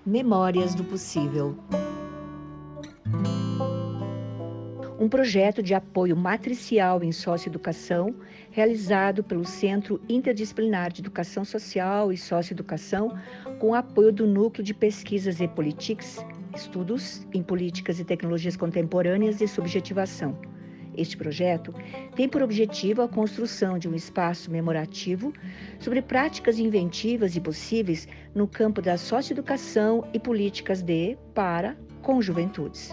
Memórias do Possível. Um projeto de apoio matricial em socioeducação realizado pelo Centro Interdisciplinar de Educação Social e Socioeducação com apoio do Núcleo de Pesquisas e Politics, Estudos em Políticas e Tecnologias Contemporâneas e Subjetivação. Este projeto tem por objetivo a construção de um espaço memorativo sobre práticas inventivas e possíveis no campo da socioeducação e políticas de, para, com juventudes.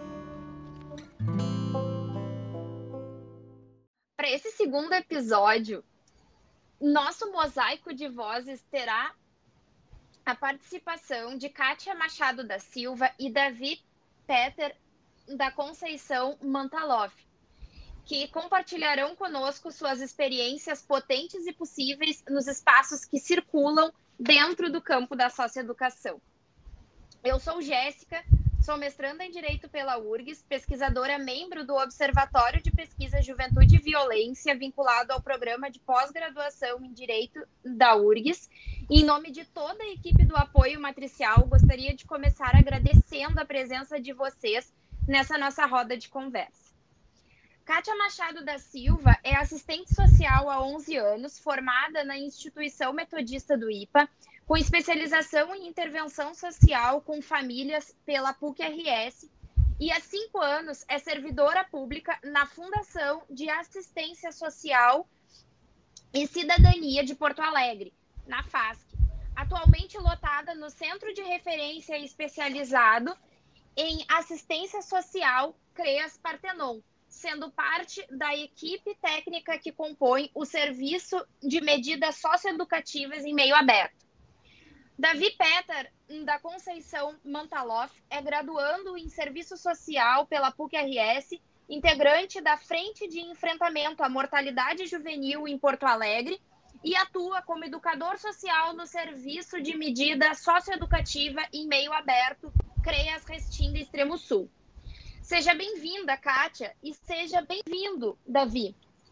Para esse segundo episódio, nosso mosaico de vozes terá a participação de Kátia Machado da Silva e Davi Peter da Conceição Mantaloff, que compartilharão conosco suas experiências potentes e possíveis nos espaços que circulam dentro do campo da socioeducação. Eu sou Jéssica, sou mestranda em Direito pela URGS, pesquisadora membro do Observatório de Pesquisa Juventude e Violência, vinculado ao programa de pós-graduação em Direito da URGS. E, em nome de toda a equipe do apoio matricial, gostaria de começar agradecendo a presença de vocês nessa nossa roda de conversa. Kátia Machado da Silva é assistente social há 11 anos, formada na Instituição Metodista do IPA, com especialização em intervenção social com famílias pela PUC-RS, e há 5 anos é servidora pública na Fundação de Assistência Social e Cidadania de Porto Alegre, na FASC, atualmente lotada no Centro de Referência Especializado em Assistência Social CREAS Partenon, sendo parte da equipe técnica que compõe o Serviço de Medidas Socioeducativas em Meio Aberto. Davi Peter, da Conceição Mantaloff, é graduando em Serviço Social pela PUC-RS, integrante da Frente de Enfrentamento à Mortalidade Juvenil em Porto Alegre e atua como educador social no Serviço de Medida Socioeducativa em Meio Aberto, CREAS Restinga Extremo Sul. Seja bem-vinda, Kátia, e seja bem-vindo, Davi.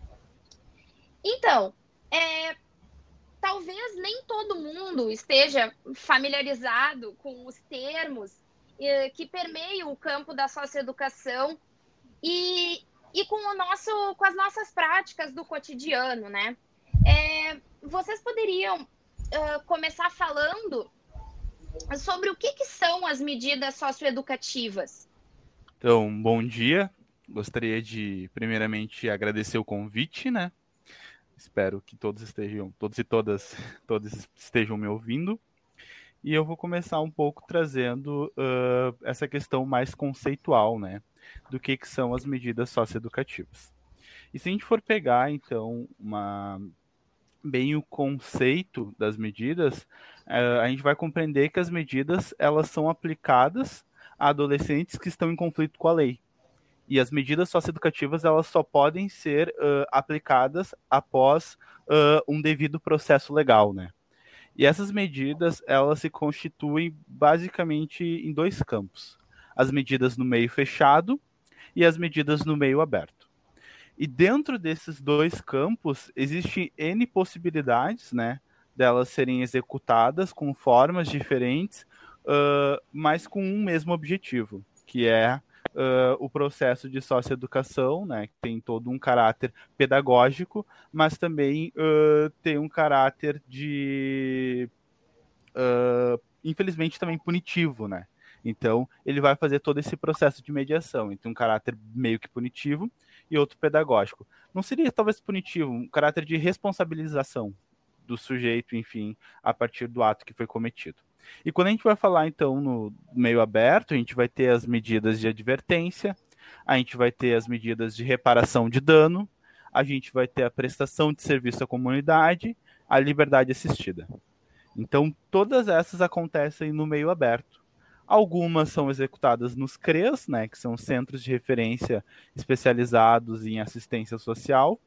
Então, talvez nem todo mundo esteja familiarizado com os termos que permeiam o campo da socioeducação e com as nossas práticas do cotidiano, né? Vocês poderiam começar falando sobre o que são as medidas socioeducativas? Então, bom dia. Gostaria de, primeiramente, agradecer o convite, né? Espero que todos e todos estejam me ouvindo. E eu vou começar um pouco trazendo essa questão mais conceitual, né? Do que são as medidas socioeducativas. E se a gente for pegar, então, bem o conceito das medidas, a gente vai compreender que as medidas elas são aplicadas a adolescentes que estão em conflito com a lei. E as medidas socioeducativas elas só podem ser aplicadas após um devido processo legal, né? E essas medidas elas se constituem basicamente em 2 campos: as medidas no meio fechado e as medidas no meio aberto. E dentro desses 2 campos existem N possibilidades, né, delas serem executadas com formas diferentes, mas com um mesmo objetivo, que é o processo de socioeducação, né, que tem todo um caráter pedagógico, mas também tem um caráter de, infelizmente, também punitivo, né? Então, ele vai fazer todo esse processo de mediação entre um caráter meio que punitivo e outro pedagógico. Não seria talvez punitivo, um caráter de responsabilização do sujeito, enfim, a partir do ato que foi cometido. E quando a gente vai falar, então, no meio aberto, a gente vai ter as medidas de advertência, a gente vai ter as medidas de reparação de dano, a gente vai ter a prestação de serviço à comunidade, a liberdade assistida. Então, todas essas acontecem no meio aberto. Algumas são executadas nos CREAS, né, que são Centros de Referência Especializados em Assistência Social.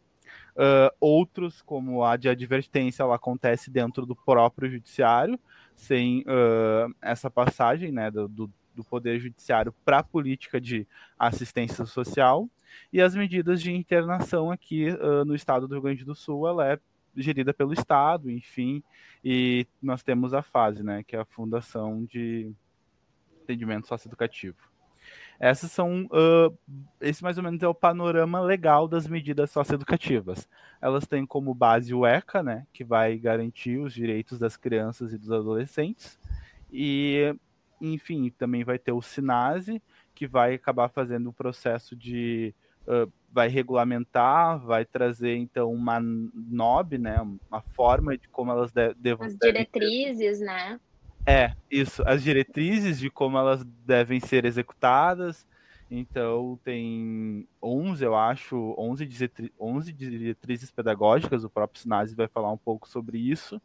Outros, como a de advertência, ela acontece dentro do próprio judiciário, sem essa passagem, né, do Poder Judiciário para a política de assistência social. E as medidas de internação aqui no estado do Rio Grande do Sul, ela é gerida pelo Estado, enfim, e nós temos a FASE, né, que é a Fundação de Atendimento Socioeducativo. Essas são, esse mais ou menos é o panorama legal das medidas socioeducativas. Elas têm como base o ECA, né, que vai garantir os direitos das crianças e dos adolescentes, e, enfim, também vai ter o SINASE, que vai acabar fazendo o processo de, vai regulamentar, vai trazer, então, uma NOB, né, uma forma de como elas As diretrizes, né? Isso, as diretrizes de como elas devem ser executadas. Então, tem 11, eu acho, 11 diretrizes pedagógicas, o próprio SINASE vai falar um pouco sobre isso.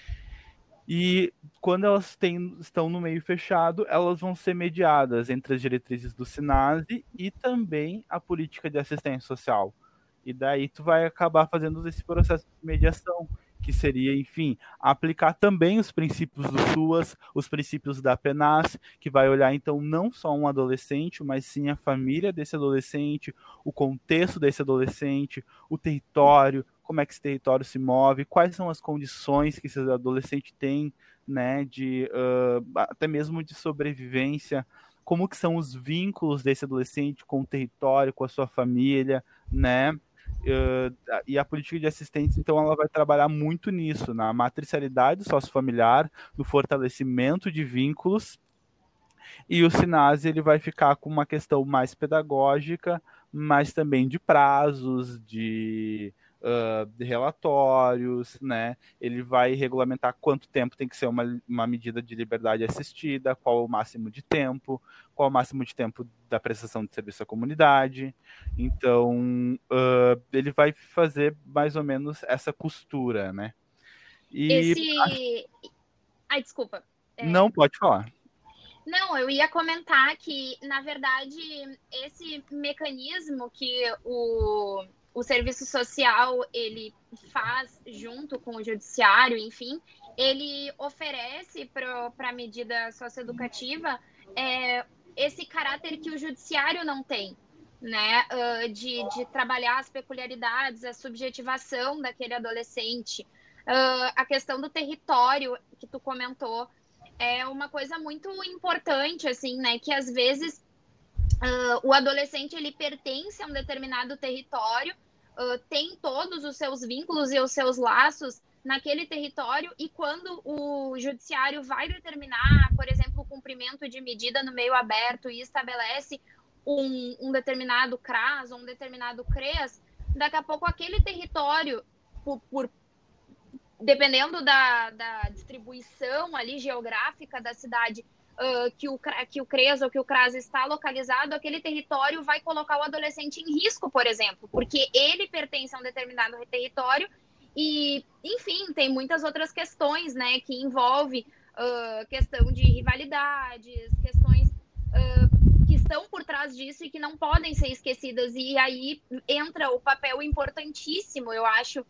E quando elas estão no meio fechado, elas vão ser mediadas entre as diretrizes do SINASE e também a política de assistência social. E daí tu vai acabar fazendo esse processo de mediação, que seria, enfim, aplicar também os princípios do SUAS, os princípios da PENAS, que vai olhar, então, não só um adolescente, mas sim a família desse adolescente, o contexto desse adolescente, o território, como é que esse território se move, quais são as condições que esse adolescente tem, né, de, até mesmo de sobrevivência, como que são os vínculos desse adolescente com o território, com a sua família, né, e a política de assistência, então, ela vai trabalhar muito nisso, na matricialidade sociofamiliar, no fortalecimento de vínculos, e o SINASE ele vai ficar com uma questão mais pedagógica, mas também de prazos, de relatórios, né? Ele vai regulamentar quanto tempo tem que ser uma medida de liberdade assistida, qual o máximo de tempo, qual o máximo de tempo da prestação de serviço à comunidade. Então, ele vai fazer mais ou menos essa costura, né? Ai, desculpa. Não, pode falar. Não, eu ia comentar que, na verdade, esse mecanismo que o serviço social ele faz junto com o judiciário, enfim, ele oferece para a medida socioeducativa esse caráter que o judiciário não tem, né? De trabalhar as peculiaridades, a subjetivação daquele adolescente, a questão do território que tu comentou. É uma coisa muito importante, assim, né? Que às vezes o adolescente ele pertence a um determinado território, tem todos os seus vínculos e os seus laços naquele território, e quando o judiciário vai determinar, por exemplo, o cumprimento de medida no meio aberto e estabelece um determinado CRAS ou um determinado CREAS, daqui a pouco aquele território, dependendo da distribuição ali geográfica da cidade que o CREAS ou que o CRAS está localizado, aquele território vai colocar o adolescente em risco, por exemplo, porque ele pertence a um determinado território e, enfim, tem muitas outras questões, né, que envolve questão de rivalidades, questões que estão por trás disso e que não podem ser esquecidas. E aí entra o papel importantíssimo, eu acho,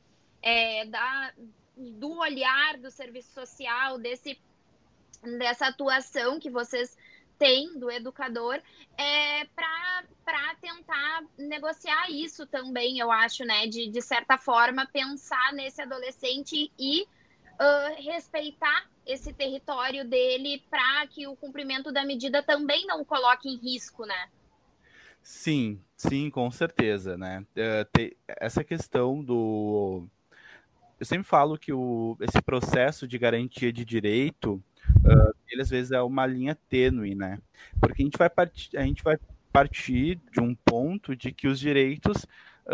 do olhar do serviço social, dessa atuação que vocês têm do educador, para tentar negociar isso também, eu acho, né? De certa forma, pensar nesse adolescente e respeitar esse território dele para que o cumprimento da medida também não o coloque em risco, né? Sim, com certeza, né? Essa questão do... Eu sempre falo que esse processo de garantia de direito, ele às vezes é uma linha tênue, né? Porque a gente vai partir de um ponto de que os direitos,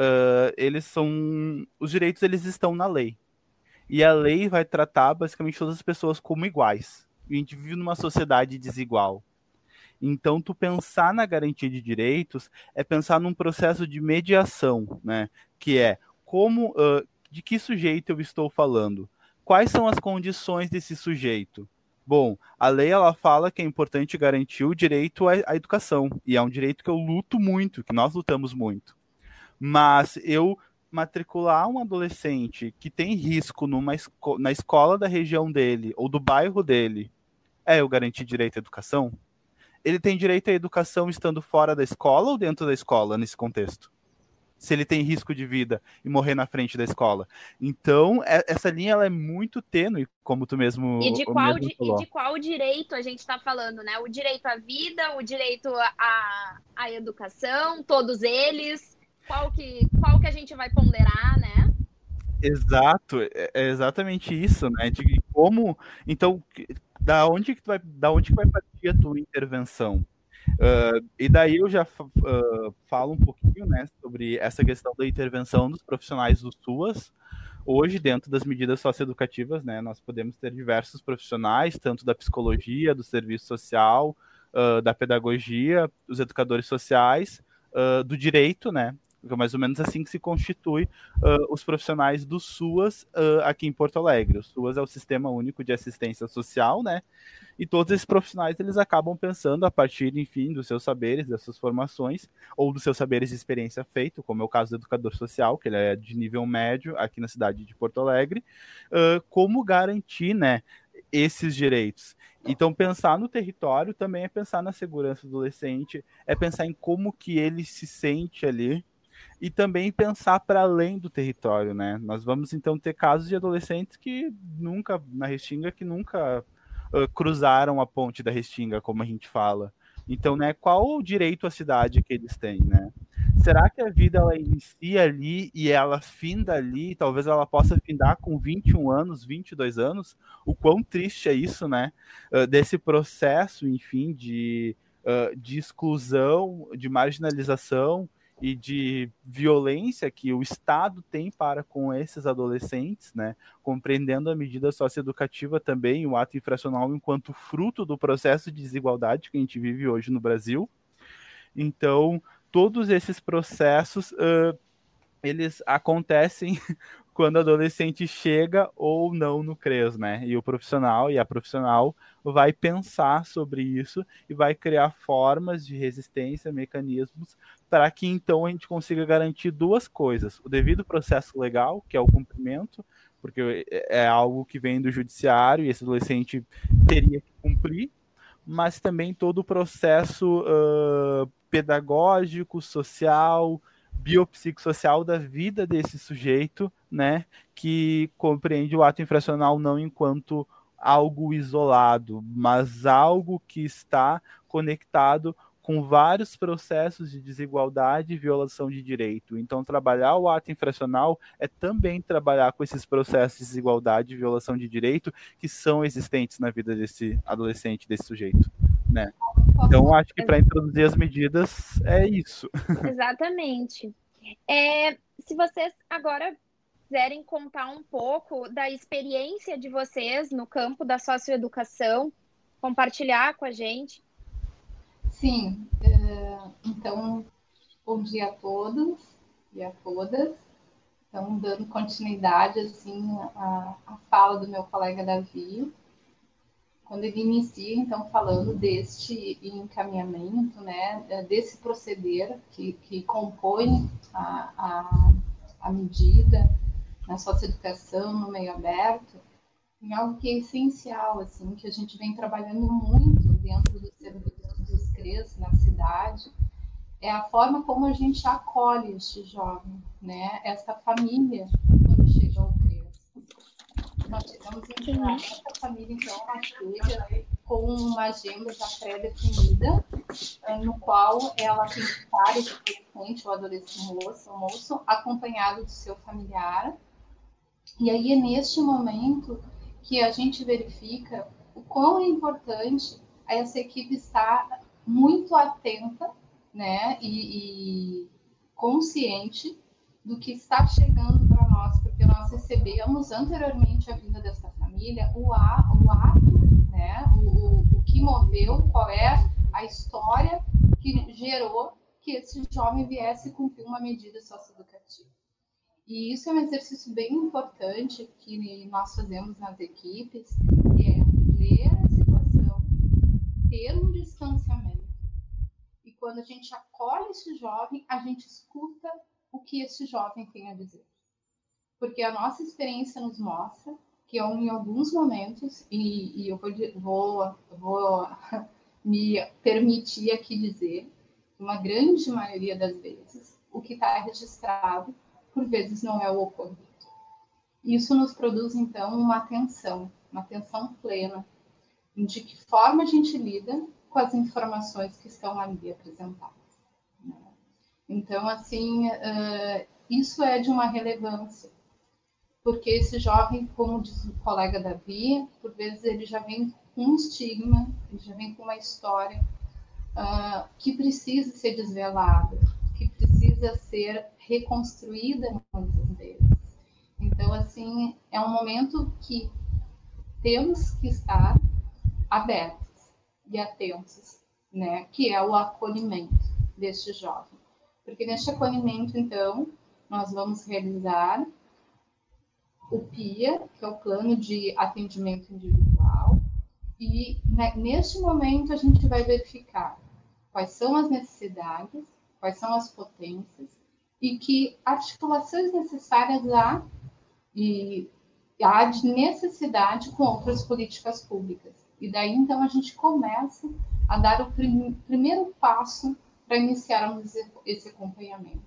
os direitos eles estão na lei. E a lei vai tratar basicamente todas as pessoas como iguais. E a gente vive numa sociedade desigual. Então, tu pensar na garantia de direitos é pensar num processo de mediação, né? Que é como, de que sujeito eu estou falando? Quais são as condições desse sujeito? Bom, a lei ela fala que é importante garantir o direito à educação, e é um direito que eu luto muito, que nós lutamos muito. Mas eu matricular um adolescente que tem risco na escola da região dele ou do bairro dele, eu garantir direito à educação? Ele tem direito à educação estando fora da escola ou dentro da escola, nesse contexto? se ele tem risco de vida e morrer na frente da escola. Então, essa linha ela é muito tênue, como tu E mesmo, de qual, mesmo e falou. de qual direito a gente está falando, né? O direito à vida, o direito à educação, todos eles. Qual que a gente vai ponderar, né? Exato, é exatamente isso, né? De como, então, da onde que vai partir a tua intervenção? E daí eu já falo um pouquinho, né, sobre essa questão da intervenção dos profissionais do SUAS. Hoje, dentro das medidas socioeducativas, né, nós podemos ter diversos profissionais, tanto da psicologia, do serviço social, da pedagogia, dos educadores sociais, do direito, né, é mais ou menos assim que se constitui os profissionais do SUAS aqui em Porto Alegre. O SUAS é o Sistema Único de Assistência Social, né, e todos esses profissionais eles acabam pensando a partir, enfim, dos seus saberes, das suas formações, ou dos seus saberes de experiência feito, como é o caso do educador social, que ele é de nível médio aqui na cidade de Porto Alegre, como garantir, né, esses direitos. Então, pensar no território também é pensar na segurança do adolescente, é pensar em como que ele se sente ali, e também pensar para além do território, né? Nós vamos então ter casos de adolescentes que nunca, na Restinga, que nunca cruzaram a ponte da Restinga, como a gente fala. Então, né, qual o direito à cidade que eles têm, né? Será que a vida ela inicia ali e ela finda ali? Talvez ela possa findar com 21 anos, 22 anos? O quão triste é isso, né? Desse processo, enfim, de exclusão, de marginalização e de violência que o Estado tem para com esses adolescentes, né? Compreendendo a medida socioeducativa também, o ato infracional enquanto fruto do processo de desigualdade que a gente vive hoje no Brasil. Então, todos esses processos, eles acontecem quando o adolescente chega ou não no CRES, né? E o profissional e a profissional vai pensar sobre isso e vai criar formas de resistência, mecanismos, para que então a gente consiga garantir duas coisas: o devido processo legal, que é o cumprimento, porque é algo que vem do judiciário e esse adolescente teria que cumprir, mas também todo o processo pedagógico, social, biopsicossocial da vida desse sujeito, né, que compreende o ato infracional não enquanto algo isolado, mas algo que está conectado com vários processos de desigualdade e violação de direito. Então, trabalhar o ato infracional é também trabalhar com esses processos de desigualdade e violação de direito que são existentes na vida desse adolescente, desse sujeito, né? Então, acho que para introduzir as medidas é isso. Exatamente. Se vocês agora quiserem contar um pouco da experiência de vocês no campo da socioeducação, compartilhar com a gente. Sim, então, bom dia a todos e a todas. Então, dando continuidade assim à fala do meu colega Davi, quando ele inicia, então, falando deste encaminhamento, né, desse proceder que compõe a medida na socioeducação, no meio aberto, em algo que é essencial, assim, que a gente vem trabalhando muito dentro dos CREs na cidade, é a forma como a gente acolhe este jovem, né, essa família, quando chega ao CRES. Nós chegamos em essa família, então, ela chega com uma agenda já pré-definida, no qual ela tem que estar esse adolescente ou adolescente moço, acompanhado do seu familiar. E aí é neste momento que a gente verifica o quão é importante essa equipe estar muito atenta, né, e consciente do que está chegando para nós, porque nós recebemos anteriormente a vinda dessa família o ato, né, o que moveu, qual é a história que gerou que esse jovem viesse cumprir uma medida socioeducativa. E isso é um exercício bem importante que nós fazemos nas equipes, que é ler a situação, ter um distanciamento. E quando a gente acolhe esse jovem, a gente escuta o que esse jovem tem a dizer. Porque a nossa experiência nos mostra que em alguns momentos, e eu vou me permitir aqui dizer, uma grande maioria das vezes, o que está registrado, por vezes não é o ocorrido. Isso nos produz, então, uma atenção plena de que forma a gente lida com as informações que estão ali apresentadas. Né? Então, assim, isso é de uma relevância, porque esse jovem, como diz o colega Davi, por vezes ele já vem com um estigma, ele já vem com uma história que precisa ser desvelada, que precisa ser reconstruída muitas vezes. Então, assim, é um momento que temos que estar abertos e atentos, né? Que é o acolhimento deste jovem. Porque neste acolhimento, então, nós vamos realizar o PIA, que é o Plano de Atendimento Individual, e neste momento a gente vai verificar quais são as necessidades, quais são as potências e que articulações necessárias há e há de necessidade com outras políticas públicas. E daí, então, a gente começa a dar o primeiro passo para iniciarmos esse acompanhamento.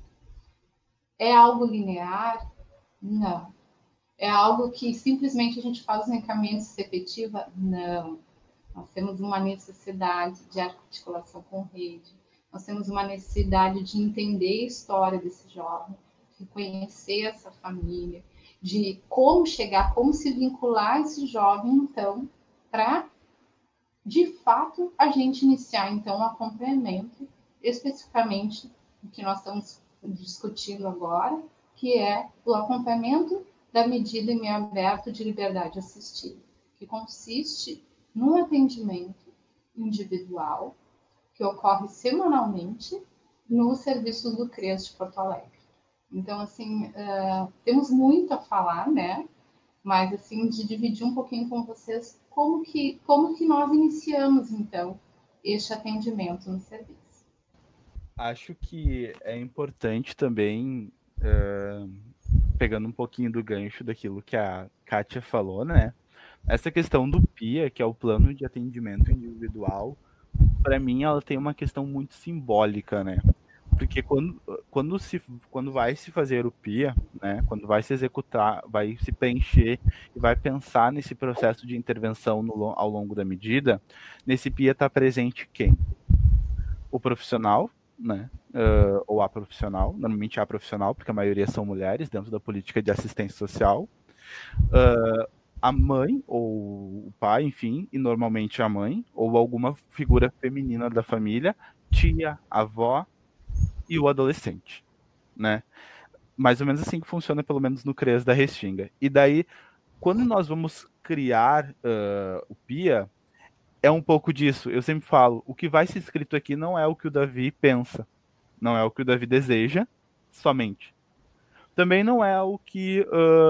É algo linear? Não. É algo que simplesmente a gente faz um encaminhamento efetiva? Não. Nós temos uma necessidade de articulação com rede, nós temos uma necessidade de entender a história desse jovem, de conhecer essa família, de como chegar, como se vincular esse jovem, então, para, de fato, a gente iniciar, então, um acompanhamento, especificamente o que nós estamos discutindo agora, que é o acompanhamento da medida em meio aberto de liberdade assistida, que consiste num atendimento individual que ocorre semanalmente nos serviços do CREAS de Porto Alegre. Então, assim, temos muito a falar, né? Mas, assim, de dividir um pouquinho com vocês como que nós iniciamos, então, este atendimento no serviço. Acho que é importante também, pegando um pouquinho do gancho daquilo que a Kátia falou, né? Essa questão do PIA, que é o Plano de Atendimento Individual, para mim ela tem uma questão muito simbólica, né? Porque quando vai se fazer o PIA, né? Quando vai se executar, vai se preencher e vai pensar nesse processo de intervenção ao longo da medida, nesse PIA está presente quem? O profissional, né? Ou a profissional, normalmente a profissional, porque a maioria são mulheres dentro da política de assistência social. A mãe ou o pai, enfim, e normalmente a mãe, ou alguma figura feminina da família, tia, avó e o adolescente, né? Mais ou menos assim que funciona, pelo menos no CREAS da Restinga. E daí, quando nós vamos criar o PIA, é um pouco disso. Eu sempre falo, o que vai ser escrito aqui não é o que o Davi pensa, não é o que o Davi deseja, somente. Também não é o que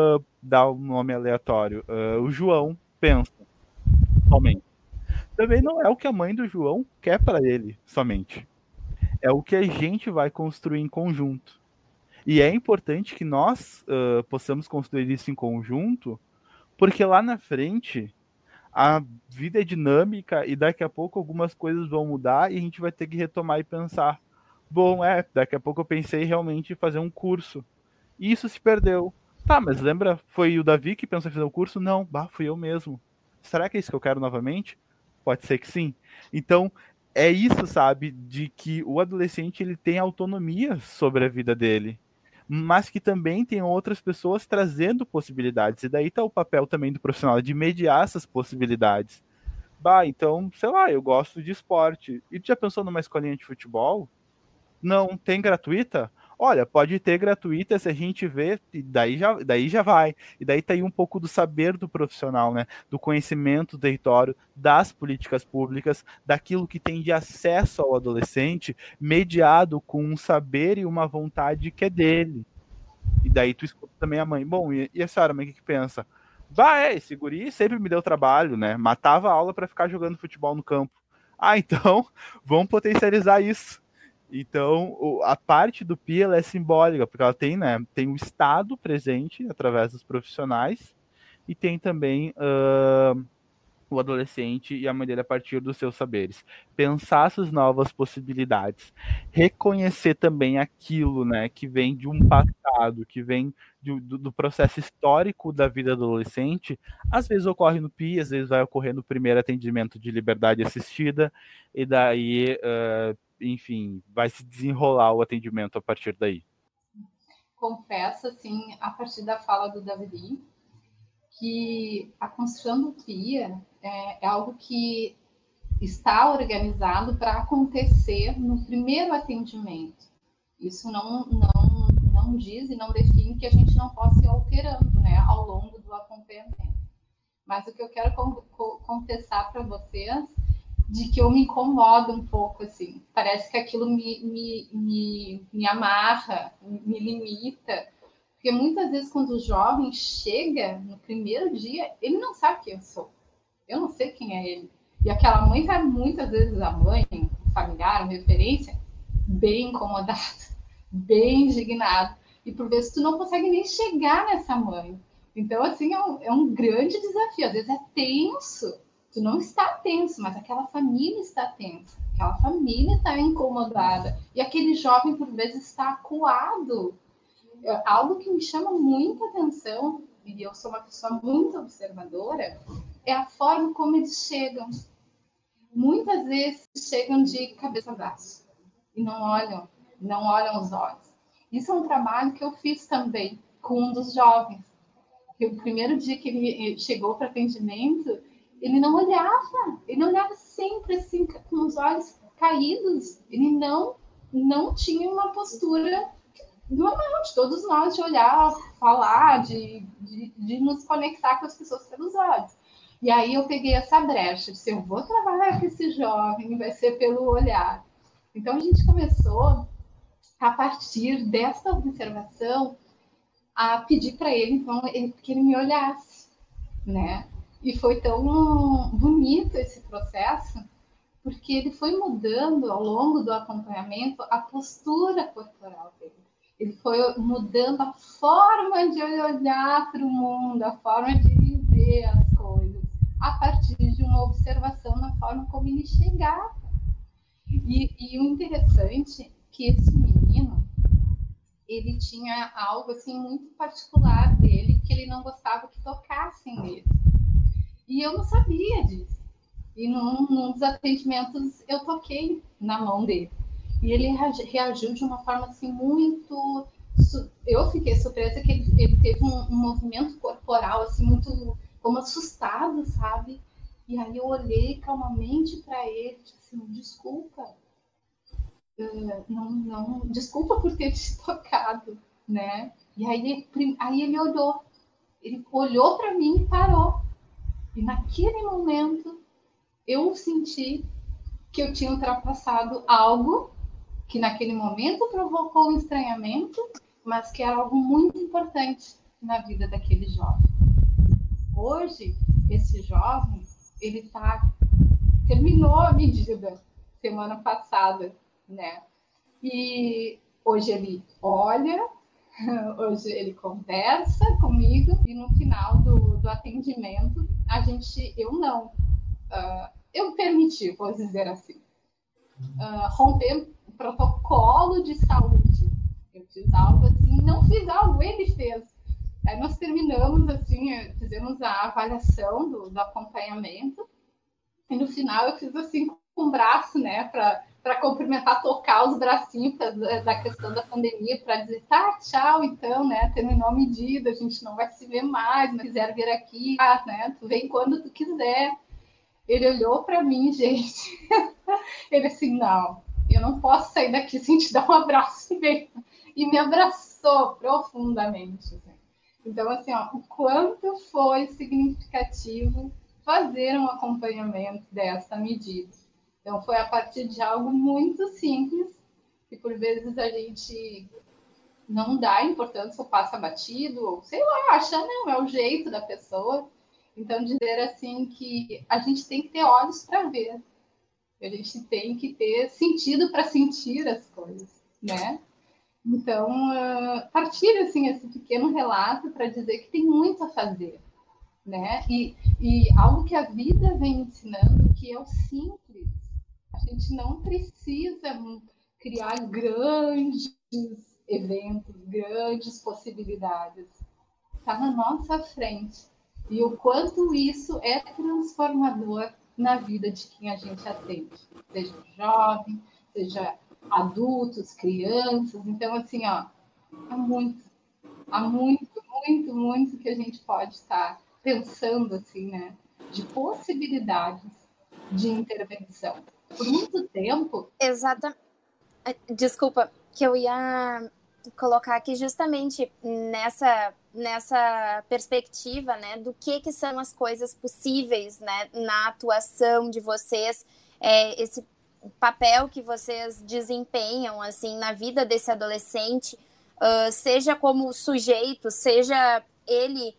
dá um nome aleatório. O João pensa, somente. Também não é o que a mãe do João quer para ele, somente. É o que a gente vai construir em conjunto. E é importante que nós possamos construir isso em conjunto, porque lá na frente a vida é dinâmica e daqui a pouco algumas coisas vão mudar e a gente vai ter que retomar e pensar. Bom, daqui a pouco eu pensei realmente em fazer um curso. E isso se perdeu. Tá, mas lembra, foi o Davi que pensou em fazer o curso? Não, fui eu mesmo. Será que é isso que eu quero novamente? Pode ser que sim. Então, é isso, sabe, de que o adolescente ele tem autonomia sobre a vida dele, mas que também tem outras pessoas trazendo possibilidades. E daí tá o papel também do profissional de mediar essas possibilidades. Então, sei lá, eu gosto de esporte. E tu já pensou numa escolinha de futebol? Não, tem gratuita? Olha, pode ter gratuita se a gente vê, e daí já vai. E daí tá aí um pouco do saber do profissional, né? Do conhecimento do território, das políticas públicas, daquilo que tem de acesso ao adolescente, mediado com um saber e uma vontade que é dele. E daí tu escuta também a mãe. Bom, e a senhora, mãe, o que pensa? Esse guri sempre me deu trabalho, né? Matava a aula para ficar jogando futebol no campo. Então, vamos potencializar isso. Então, a parte do PIA ela é simbólica, porque ela tem, né, tem o Estado presente através dos profissionais e tem também o adolescente e a mãe dele a partir dos seus saberes. Pensar essas novas possibilidades. Reconhecer também aquilo, né, que vem de um passado, que vem do processo histórico da vida do adolescente. Às vezes ocorre no PI, às vezes vai ocorrer no primeiro atendimento de liberdade assistida, e daí, enfim, vai se desenrolar o atendimento a partir daí. Confesso, assim, a partir da fala do Davi, que a construção do TRIA é algo que está organizado para acontecer no primeiro atendimento. Isso não diz e não define que a gente não possa ir alterando, né, ao longo do acompanhamento. Mas o que eu quero confessar para vocês, de que eu me incomodo um pouco, assim. Parece que aquilo me amarra, me limita. Porque muitas vezes, quando o jovem chega no primeiro dia, ele não sabe quem eu sou. Eu não sei quem é ele. E aquela mãe tá, muitas vezes, a mãe, um familiar, uma referência, bem incomodada, bem indignada. E por vezes tu não consegue nem chegar nessa mãe. Então, assim, é um grande desafio. Às vezes é tenso. Tu não está tenso, mas aquela família está tensa. Aquela família está incomodada. E aquele jovem, por vezes, está acuado. Algo que me chama muita atenção, e eu sou uma pessoa muito observadora, é a forma como eles chegam. Muitas vezes chegam de cabeça baixa e não olham os olhos. Isso é um trabalho que eu fiz também com um dos jovens. Que o primeiro dia que ele chegou para atendimento, ele não olhava sempre assim, com os olhos caídos. Ele não tinha uma postura normal de todos nós, de olhar, falar, de nos conectar com as pessoas pelos olhos. E aí eu peguei essa brecha, disse, eu vou trabalhar com esse jovem, vai ser pelo olhar. Então a gente começou, a partir dessa observação, a pedir para ele, então, que ele me olhasse, né? E foi tão bonito esse processo, porque ele foi mudando ao longo do acompanhamento a postura corporal dele. Ele foi mudando a forma de olhar para o mundo, a forma de viver as coisas, a partir de uma observação na forma como ele chegava. E o interessante é que esse menino, ele tinha algo assim muito particular dele, que ele não gostava que tocassem nele. E eu não sabia disso. E num dos atendimentos eu toquei na mão dele. E ele reagiu de uma forma assim muito... Eu fiquei surpresa que ele teve um movimento corporal assim muito como assustado, sabe? E aí eu olhei calmamente para ele e disse assim, desculpa. Desculpa por ter te tocado, né? E aí ele olhou para mim e parou. E naquele momento eu senti que eu tinha ultrapassado algo que naquele momento provocou um estranhamento, mas que era algo muito importante na vida daquele jovem. Hoje, esse jovem, ele terminou a medida semana passada, né? E hoje ele olha, hoje ele conversa comigo e no final do atendimento, eu permiti, vou dizer assim, romper o protocolo de saúde. Eu fiz algo assim, não fiz algo, ele fez. Aí nós terminamos assim, fizemos a avaliação do acompanhamento e no final eu fiz assim com o braço, né, para cumprimentar, tocar os bracinhos da questão da pandemia, para dizer, tá, tchau, então, né, terminou a medida, a gente não vai se ver mais, mas quiser vir aqui, né, tu vem quando tu quiser. Ele olhou para mim, gente, ele assim, não, eu não posso sair daqui sem te dar um abraço mesmo. E me abraçou profundamente. Assim. Então, assim, ó, o quanto foi significativo fazer um acompanhamento dessa medida. Então, foi a partir de algo muito simples, que por vezes a gente não dá importância ou passa batido, ou sei lá, acha, não, é o jeito da pessoa. Então, dizer assim que a gente tem que ter olhos para ver, a gente tem que ter sentido para sentir as coisas, né? Então, partilho assim, esse pequeno relato para dizer que tem muito a fazer. né? E algo que a vida vem ensinando, que é o simples. A gente não precisa criar grandes eventos, grandes possibilidades. Está na nossa frente. E o quanto isso é transformador na vida de quem a gente atende. Seja jovem, seja adultos, crianças. Então, assim, ó, há muito que a gente pode estar pensando, assim, né? De possibilidades de intervenção. Por muito tempo... Exatamente. Desculpa, que eu ia colocar aqui justamente nessa perspectiva, né, do que são as coisas possíveis, né, na atuação de vocês, esse papel que vocês desempenham, assim, na vida desse adolescente, seja como sujeito, seja ele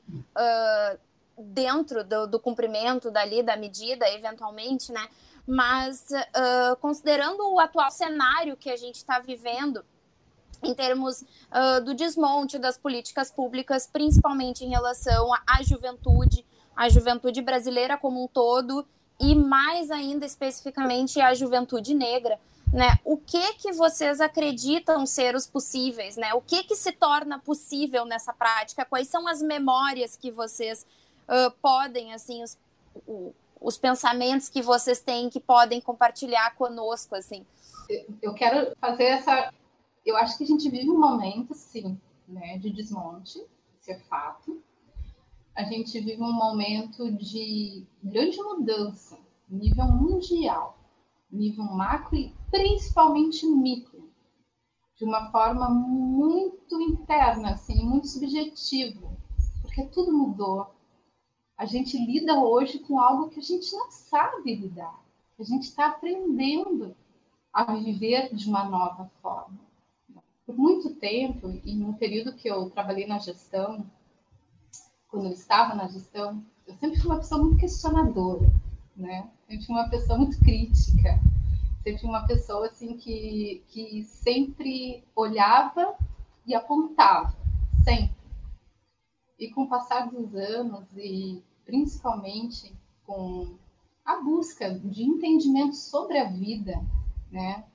dentro do cumprimento da medida, eventualmente, né, mas considerando o atual cenário que a gente está vivendo, em termos do desmonte das políticas públicas, principalmente em relação à juventude brasileira como um todo, e mais ainda especificamente a juventude negra, né? O que vocês acreditam ser os possíveis, né? O que se torna possível nessa prática? Quais são as memórias que vocês podem, assim, os pensamentos que vocês têm que podem compartilhar conosco, assim? Eu quero fazer essa... Eu acho que a gente vive um momento, sim, né, de desmonte, isso é fato. A gente vive um momento de grande mudança, nível mundial, nível macro e principalmente micro, de uma forma muito interna, assim, muito subjetiva, porque tudo mudou. A gente lida hoje com algo que a gente não sabe lidar. A gente está aprendendo a viver de uma nova forma. Por muito tempo, e no período que eu trabalhei na gestão, quando eu estava na gestão, eu sempre fui uma pessoa muito questionadora, né? Eu fui uma pessoa muito crítica, sempre uma pessoa assim que sempre olhava e apontava, sempre. E com o passar dos anos, e principalmente com a busca de entendimento sobre a vida, né?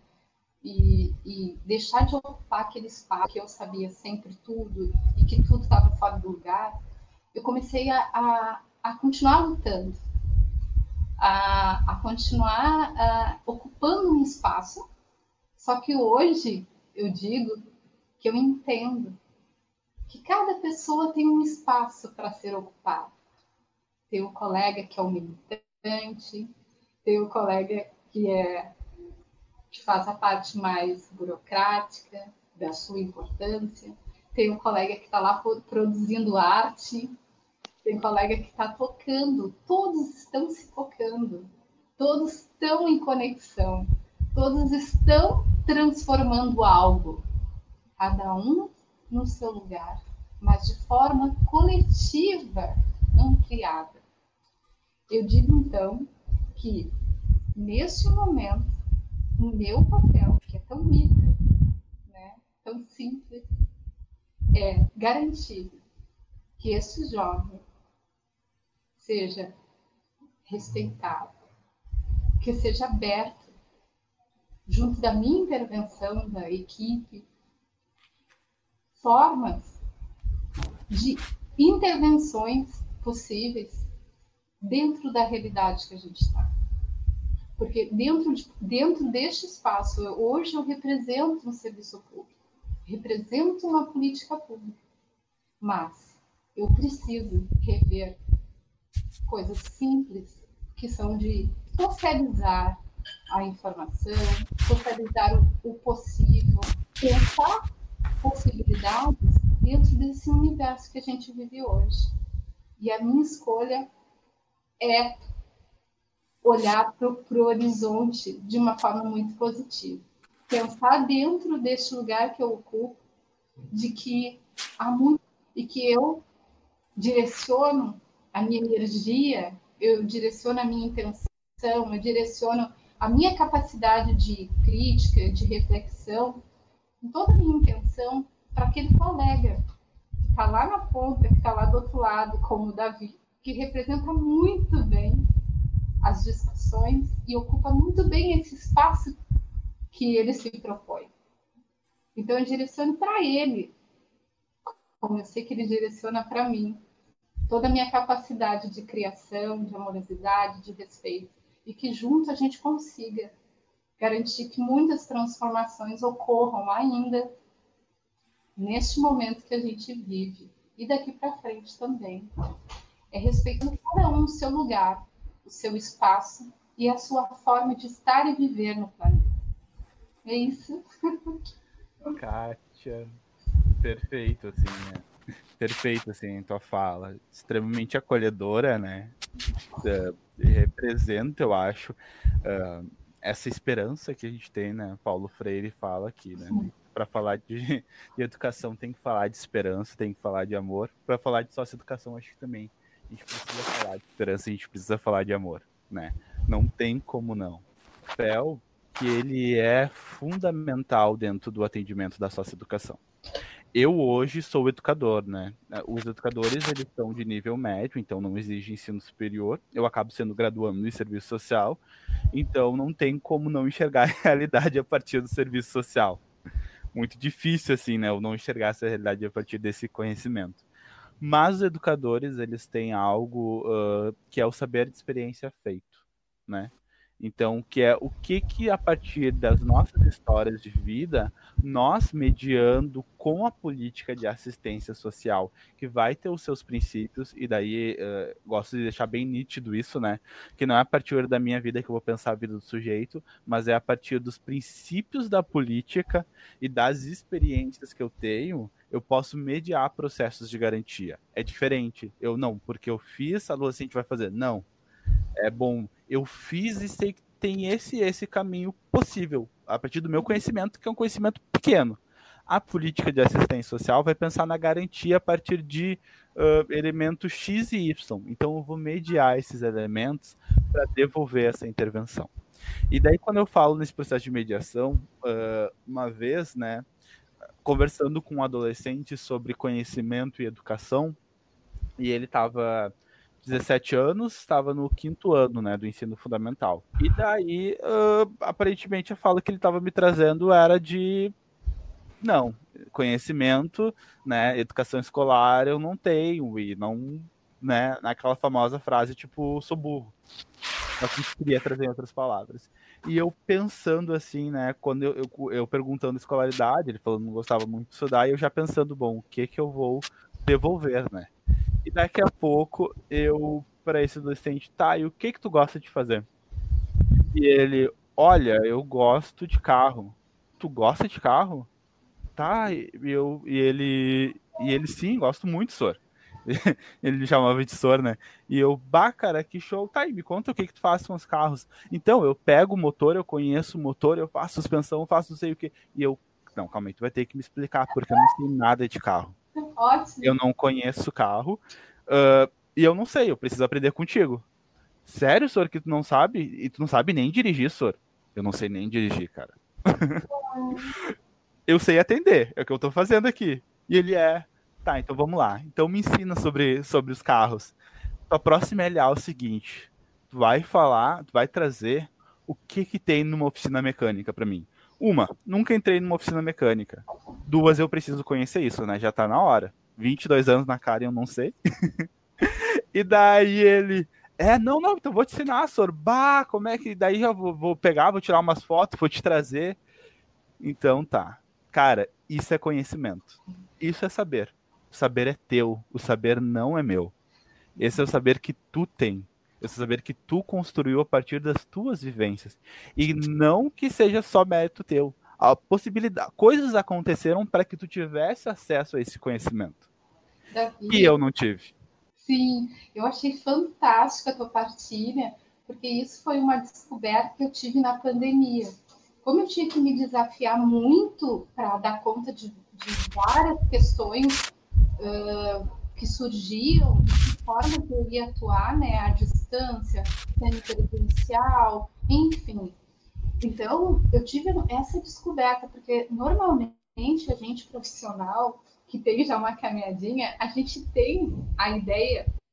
E deixar de ocupar aquele espaço que eu sabia sempre tudo e que tudo estava fora do lugar, eu comecei a continuar lutando, a continuar ocupando um espaço, só que hoje eu digo que eu entendo que cada pessoa tem um espaço para ser ocupado. Tem o colega que é o militante, tem o colega que faz a parte mais burocrática da sua importância, tem um colega que está lá produzindo arte, tem um colega que está tocando, todos estão se tocando, todos estão em conexão, todos estão transformando algo, cada um no seu lugar, mas de forma coletiva, ampliada. Eu digo, então, que neste momento, o meu papel, que é tão micro, né, tão simples, é garantir que esse jovem seja respeitado, que seja aberto, junto da minha intervenção, da equipe, formas de intervenções possíveis dentro da realidade que a gente está. Porque dentro deste espaço, hoje eu represento um serviço público, represento uma política pública, mas eu preciso rever coisas simples que são de socializar a informação, socializar o possível, pensar possibilidades dentro desse universo que a gente vive hoje. E a minha escolha é olhar para o horizonte de uma forma muito positiva. Pensar dentro deste lugar que eu ocupo, de que há muito, e que eu direciono a minha energia, eu direciono a minha intenção, eu direciono a minha capacidade de crítica, de reflexão, toda a minha intenção para aquele colega que está lá na ponta, que está lá do outro lado, como o Davi, que representa muito bem as discussões e ocupa muito bem esse espaço que ele se propõe. Então, eu direciono para ele, como eu sei que ele direciona para mim, toda a minha capacidade de criação, de amorosidade, de respeito, e que junto a gente consiga garantir que muitas transformações ocorram ainda neste momento que a gente vive e daqui para frente também. É respeitando cada um o seu lugar, o seu espaço e a sua forma de estar e viver no planeta. É isso. Kátia, perfeito, assim, né? Perfeito, assim, tua fala. Extremamente acolhedora, né? Representa, eu acho, essa esperança que a gente tem, né? Paulo Freire fala aqui, né? Para falar de educação tem que falar de esperança, tem que falar de amor. Para falar de socioeducação, acho que também a gente precisa falar de esperança, a gente precisa falar de amor, né? Não tem como não. O papel que ele é fundamental dentro do atendimento da socioeducação. Eu hoje sou educador, né? Os educadores, eles são de nível médio, então não exige ensino superior. Eu acabo sendo graduando em serviço social, então não tem como não enxergar a realidade a partir do serviço social. Muito difícil, assim, né? Eu não enxergar essa realidade a partir desse conhecimento. Mas os educadores, eles têm algo que é o saber de experiência feito, né? Então, que é o que a partir das nossas histórias de vida, nós mediando com a política de assistência social, que vai ter os seus princípios, e daí gosto de deixar bem nítido isso, né? Que não é a partir da minha vida que eu vou pensar a vida do sujeito, mas é a partir dos princípios da política e das experiências que eu tenho, eu posso mediar processos de garantia. É diferente. Eu não, porque eu fiz, a adolescente vai fazer. Não. É bom, eu fiz e sei que tem esse caminho possível, a partir do meu conhecimento, que é um conhecimento pequeno. A política de assistência social vai pensar na garantia a partir de elementos X e Y. Então, eu vou mediar esses elementos para devolver essa intervenção. E daí, quando eu falo nesse processo de mediação, uma vez, né, conversando com um adolescente sobre conhecimento e educação, e ele estava 17 anos, estava no 5º ano, né, do ensino fundamental. E daí, aparentemente, a fala que ele estava me trazendo era de não, conhecimento, né, educação escolar eu não tenho, e não, né, naquela famosa frase, tipo, sou burro. Eu queria trazer em outras palavras. E eu pensando assim, né, quando eu perguntando escolaridade, ele falou que não gostava muito de estudar, e eu já pensando, bom, o que eu vou devolver, né? E daqui a pouco, para esse adolescente, tá, e o que tu gosta de fazer? E ele, olha, eu gosto de carro. Tu gosta de carro? Tá, e ele, sim, gosto muito, senhor. Ele me chamava de senhor, né? E eu, bah, cara, que show. Tá, e me conta o que tu faz com os carros. Então, eu pego o motor, eu conheço o motor, eu faço suspensão, eu faço não sei o que. E eu, não, calma aí, tu vai ter que me explicar, porque eu não sei nada de carro. Ótimo. Eu não conheço carro, e eu não sei, eu preciso aprender contigo. Sério, senhor, que tu não sabe? E tu não sabe nem dirigir, senhor? Eu não sei nem dirigir, cara. Eu sei atender, é o que eu tô fazendo aqui. E ele tá, então vamos lá. Então me ensina sobre os carros. Tua próxima LA é o seguinte, tu vai trazer o que tem numa oficina mecânica pra mim. 1, nunca entrei numa oficina mecânica. 2, eu preciso conhecer isso, né? Já tá na hora. 22 anos na cara e eu não sei. E daí ele... não, então vou te ensinar, senhor. Bah, como é que... Daí já vou pegar, vou tirar umas fotos, vou te trazer. Então tá. Cara, isso é conhecimento. Isso é saber. O saber é teu. O saber não é meu. Esse é o saber que tu tem. Esse é o saber que tu construiu a partir das tuas vivências. E não que seja só mérito teu. A possibilidade... Coisas aconteceram para que tu tivesse acesso a esse conhecimento. Davi, E eu não tive. Sim, eu achei fantástica a tua partilha, porque isso foi uma descoberta que eu tive na pandemia. Como eu tinha que me desafiar muito para dar conta de várias questões que surgiam, de que forma que eu ia atuar, né, à distância, semipresencial, enfim. Então, eu tive essa descoberta, porque normalmente a gente profissional que tem já uma caminhadinha, a gente tem a ideia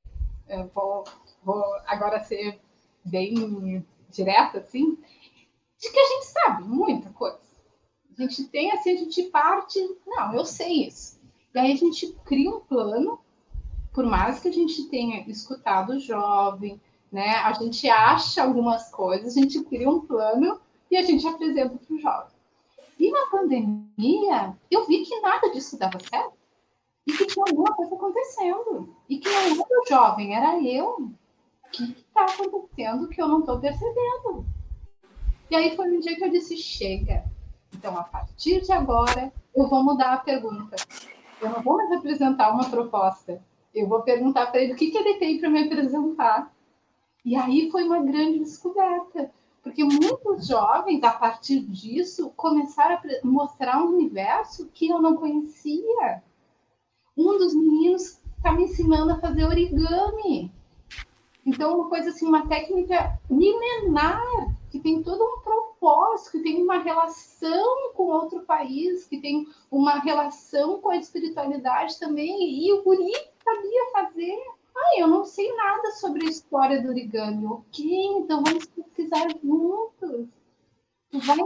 eu vou agora ser bem direta, assim, de que a gente sabe muita coisa. A gente tem, assim, a gente parte, não, eu sei isso. E aí a gente cria um plano, por mais que a gente tenha escutado o jovem, né? A gente acha algumas coisas, a gente cria um plano e a gente apresenta para o jovem. E na pandemia, eu vi que nada disso dava certo. E que tinha alguma coisa acontecendo. E que não era o jovem, era eu. O que está acontecendo que eu não estou percebendo? E aí foi um dia que eu disse, chega. Então, a partir de agora, eu vou mudar a pergunta. Eu não vou mais apresentar uma proposta. Eu vou perguntar para ele o que ele tem para me apresentar. E aí foi uma grande descoberta. Porque muitos jovens, a partir disso, começaram a mostrar um universo que eu não conhecia. Um dos meninos está me ensinando a fazer origami. Então, uma coisa assim, uma técnica milenar, que tem todo um propósito, que tem uma relação com outro país, que tem uma relação com a espiritualidade também. E o guri sabia fazer. Eu não sei nada sobre a história do origami. Ok, então vamos pesquisar juntos. Tu vai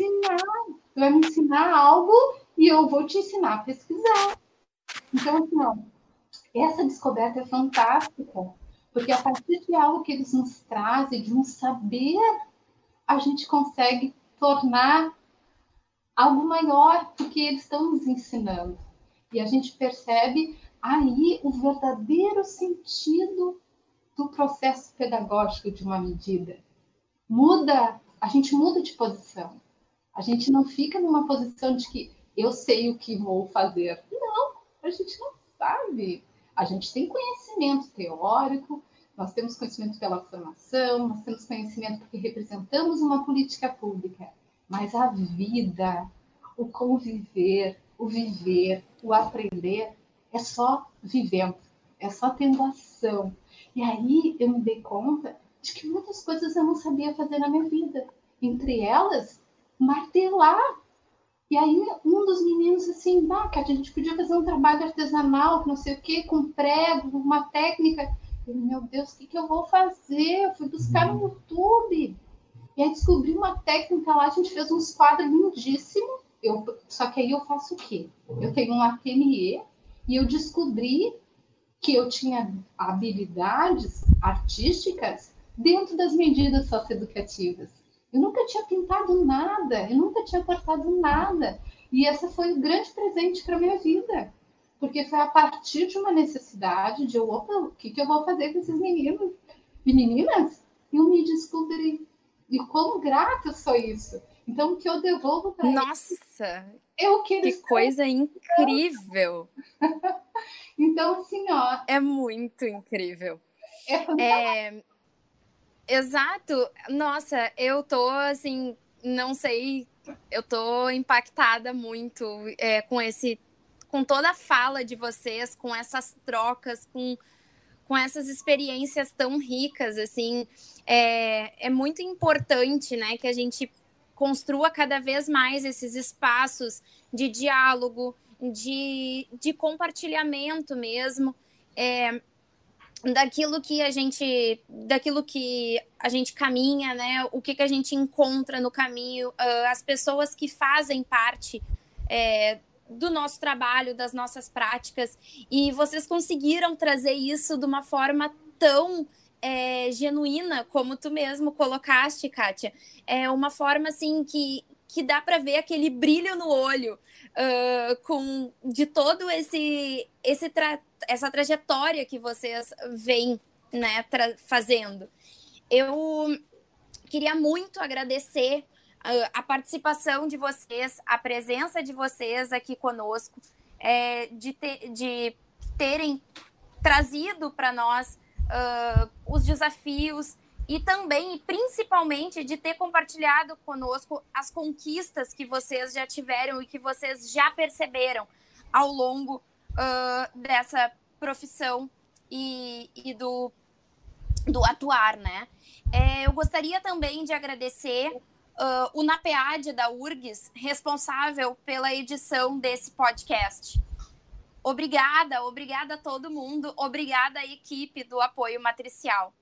me ensinar algo e eu vou te ensinar a pesquisar. Então, assim, essa descoberta é fantástica, porque a partir de algo que eles nos trazem, de um saber, a gente consegue tornar algo maior, porque eles estão nos ensinando. E a gente percebe aí o verdadeiro sentido do processo pedagógico de uma medida. A gente muda de posição. A gente não fica numa posição de que eu sei o que vou fazer. Não, a gente não sabe. A gente tem conhecimento teórico, nós temos conhecimento pela formação, nós temos conhecimento porque representamos uma política pública. Mas a vida, o conviver, o viver, o aprender, é só vivendo, é só tendo ação. E aí eu me dei conta de que muitas coisas eu não sabia fazer na minha vida. Entre elas, martelar. E aí um dos meninos assim, que a gente podia fazer um trabalho artesanal, não sei o quê, com prego, uma técnica. Eu, meu Deus, o que eu vou fazer? Eu fui buscar no YouTube. E aí descobri uma técnica lá, a gente fez uns quadros lindíssimos. Só que aí eu faço o quê? Eu tenho um ateliê e eu descobri que eu tinha habilidades artísticas dentro das medidas socioeducativas. Eu nunca tinha pintado nada, eu nunca tinha cortado nada. E esse foi o grande presente para a minha vida. Porque foi a partir de uma necessidade de o que eu vou fazer com esses meninos e meninas? Eu me descobri. E quão grata eu sou isso. Então, o que eu devolvo para eles... Nossa! É o que eles que coisa incrível! Então, assim, é muito incrível. Exato. Nossa, eu tô, assim, não sei, eu tô impactada muito com toda a fala de vocês, com essas trocas, com essas experiências tão ricas, assim. É muito importante, né, que a gente construa cada vez mais esses espaços de diálogo, de compartilhamento mesmo, daquilo que a gente caminha, né? O que a gente encontra no caminho, as pessoas que fazem parte do nosso trabalho, das nossas práticas, e vocês conseguiram trazer isso de uma forma tão genuína, como tu mesmo colocaste, Kátia. É uma forma assim que dá para ver aquele brilho no olho de todo essa trajetória que vocês vêm, né, fazendo. Eu queria muito agradecer a participação de vocês, a presença de vocês aqui conosco, de terem trazido para nós os desafios e também, e principalmente, de ter compartilhado conosco as conquistas que vocês já tiveram e que vocês já perceberam ao longo dessa profissão e do atuar, né? Eu gostaria também de agradecer o NAPEAD da URGS, responsável pela edição desse podcast. Obrigada a todo mundo. Obrigada à equipe do apoio matricial.